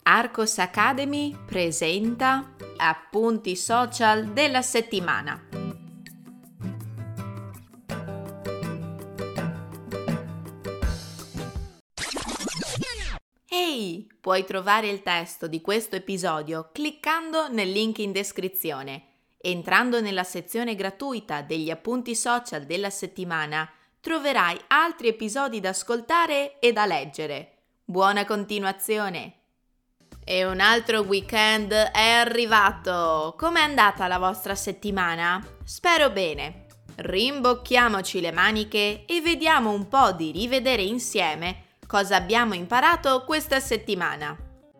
Arcos Academy presenta appunti social della settimana. Ehi, puoi trovare il testo di questo episodio cliccando nel link in descrizione. Entrando nella sezione gratuita degli appunti social della settimana, troverai altri episodi da ascoltare e da leggere. Buona continuazione! E un altro weekend è arrivato! Com'è andata la vostra settimana? Spero bene! Rimbocchiamoci le maniche e vediamo un po' di rivedere insieme cosa abbiamo imparato questa settimana.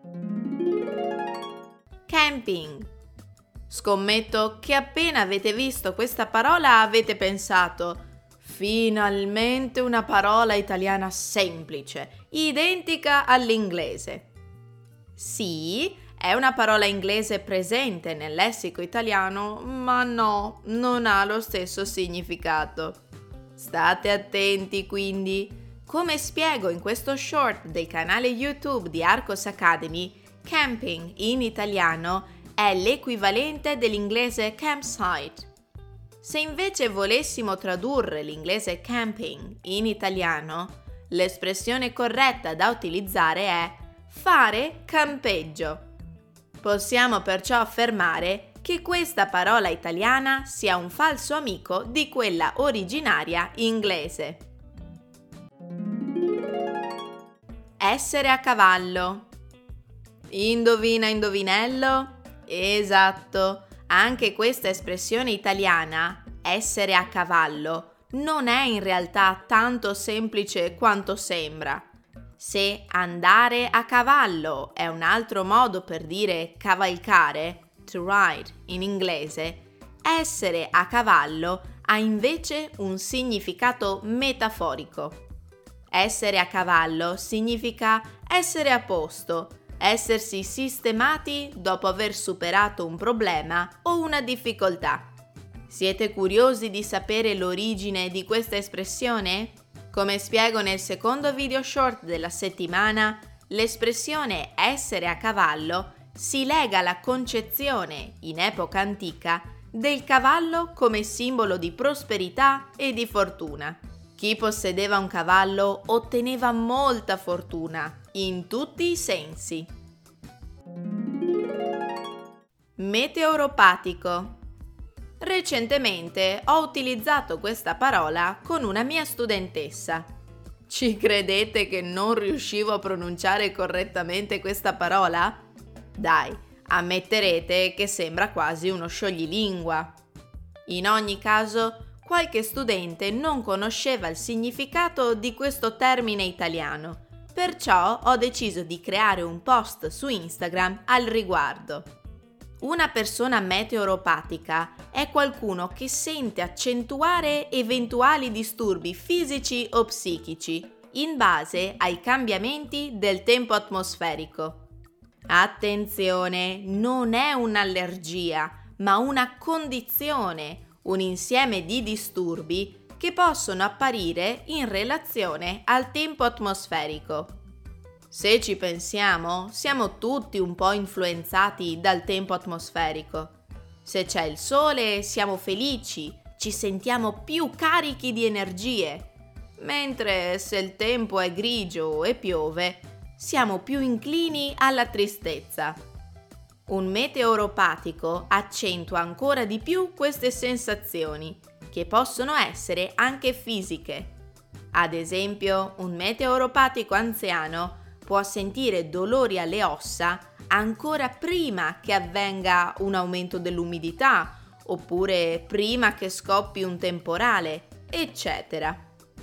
Camping. Scommetto che appena avete visto questa parola avete pensato: finalmente una parola italiana semplice, identica all'inglese. Sì, è una parola inglese presente nel lessico italiano, ma no, non ha lo stesso significato. State attenti quindi. Come spiego in questo short del canale YouTube di Arcos Academy, camping in italiano è l'equivalente dell'inglese campsite. Se invece volessimo tradurre l'inglese camping in italiano, l'espressione corretta da utilizzare è fare campeggio. Possiamo perciò affermare che questa parola italiana sia un falso amico di quella originaria inglese. Essere a cavallo. Indovina indovinello? Esatto, anche questa espressione italiana, essere a cavallo, non è in realtà tanto semplice quanto sembra. Se andare a cavallo è un altro modo per dire cavalcare, to ride in inglese, essere a cavallo ha invece un significato metaforico. Essere a cavallo significa essere a posto, essersi sistemati dopo aver superato un problema o una difficoltà. Siete curiosi di sapere l'origine di questa espressione? Come spiego nel secondo video short della settimana, l'espressione essere a cavallo si lega alla concezione, in epoca antica, del cavallo come simbolo di prosperità e di fortuna. Chi possedeva un cavallo otteneva molta fortuna, in tutti i sensi. Meteoropatico. Recentemente ho utilizzato questa parola con una mia studentessa. Ci credete che non riuscivo a pronunciare correttamente questa parola? Dai, ammetterete che sembra quasi uno scioglilingua. In ogni caso, qualche studente non conosceva il significato di questo termine italiano, perciò ho deciso di creare un post su Instagram al riguardo. Una persona meteoropatica è qualcuno che sente accentuare eventuali disturbi fisici o psichici in base ai cambiamenti del tempo atmosferico. Attenzione, non è un'allergia, ma una condizione, un insieme di disturbi che possono apparire in relazione al tempo atmosferico. Se ci pensiamo, siamo tutti un po' influenzati dal tempo atmosferico. Se c'è il sole, siamo felici, ci sentiamo più carichi di energie, mentre se il tempo è grigio e piove, siamo più inclini alla tristezza. Un meteoropatico accentua ancora di più queste sensazioni, che possono essere anche fisiche. Ad esempio, un meteoropatico anziano può sentire dolori alle ossa ancora prima che avvenga un aumento dell'umidità, oppure prima che scoppi un temporale, eccetera.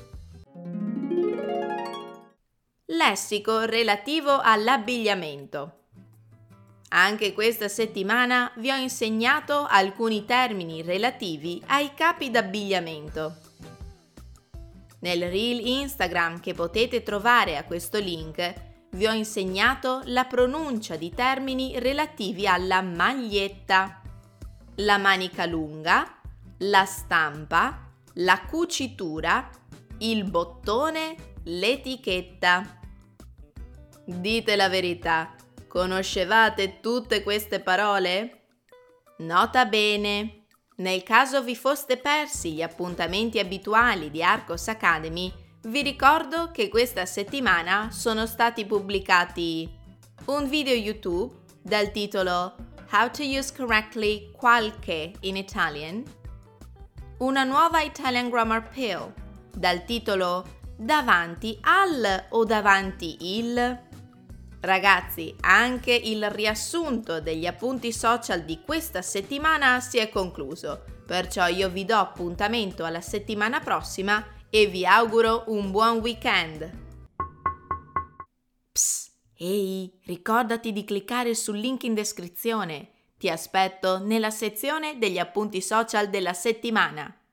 Lessico relativo all'abbigliamento. Anche questa settimana vi ho insegnato alcuni termini relativi ai capi d'abbigliamento. Nel reel Instagram che potete trovare a questo link vi ho insegnato la pronuncia di termini relativi alla maglietta, la manica lunga, la stampa, la cucitura, il bottone, l'etichetta. Dite la verità, Conoscevate tutte queste parole? Nota bene, nel caso vi foste persi gli appuntamenti abituali di Arcos Academy, vi ricordo che questa settimana sono stati pubblicati un video YouTube dal titolo How to use correctly qualche in Italian, una nuova Italian Grammar Pill dal titolo Davanti al o davanti il. Ragazzi, anche il riassunto degli appunti social di questa settimana si è concluso, perciò io vi do appuntamento alla settimana prossima e vi auguro un buon weekend. Psst, ehi, ricordati di cliccare sul link in descrizione. Ti aspetto nella sezione degli appunti social della settimana.